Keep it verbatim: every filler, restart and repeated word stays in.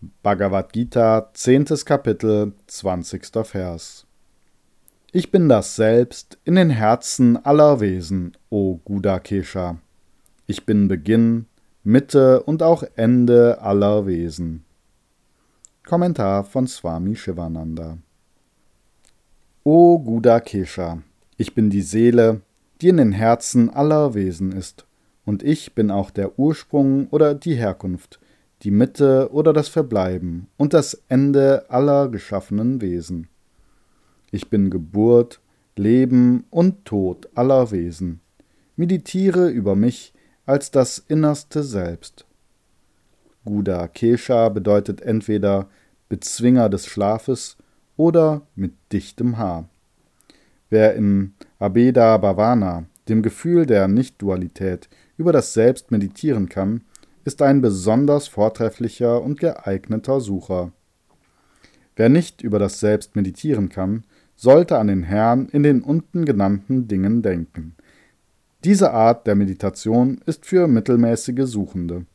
Bhagavad Gita, zehntes Kapitel, zwanzigster Vers. Ich bin das Selbst in den Herzen aller Wesen, o Gudakesha. Ich bin Beginn, Mitte und auch Ende aller Wesen. Kommentar von Swami Shivananda. O Gudakesha, ich bin die Seele, die in den Herzen aller Wesen ist, und ich bin auch der Ursprung oder die Herkunft, die Mitte oder das Verbleiben und das Ende aller geschaffenen Wesen. Ich bin Geburt, Leben und Tod aller Wesen. Meditiere über mich als das innerste Selbst. Gudakesha bedeutet entweder Bezwinger des Schlafes oder mit dichtem Haar. Wer in Abheda Bhavana, dem Gefühl der Nicht-Dualität, über das Selbst meditieren kann, ist ein besonders vortrefflicher und geeigneter Sucher. Wer nicht über das Selbst meditieren kann, sollte an den Herrn in den unten genannten Dingen denken. Diese Art der Meditation ist für mittelmäßige Suchende.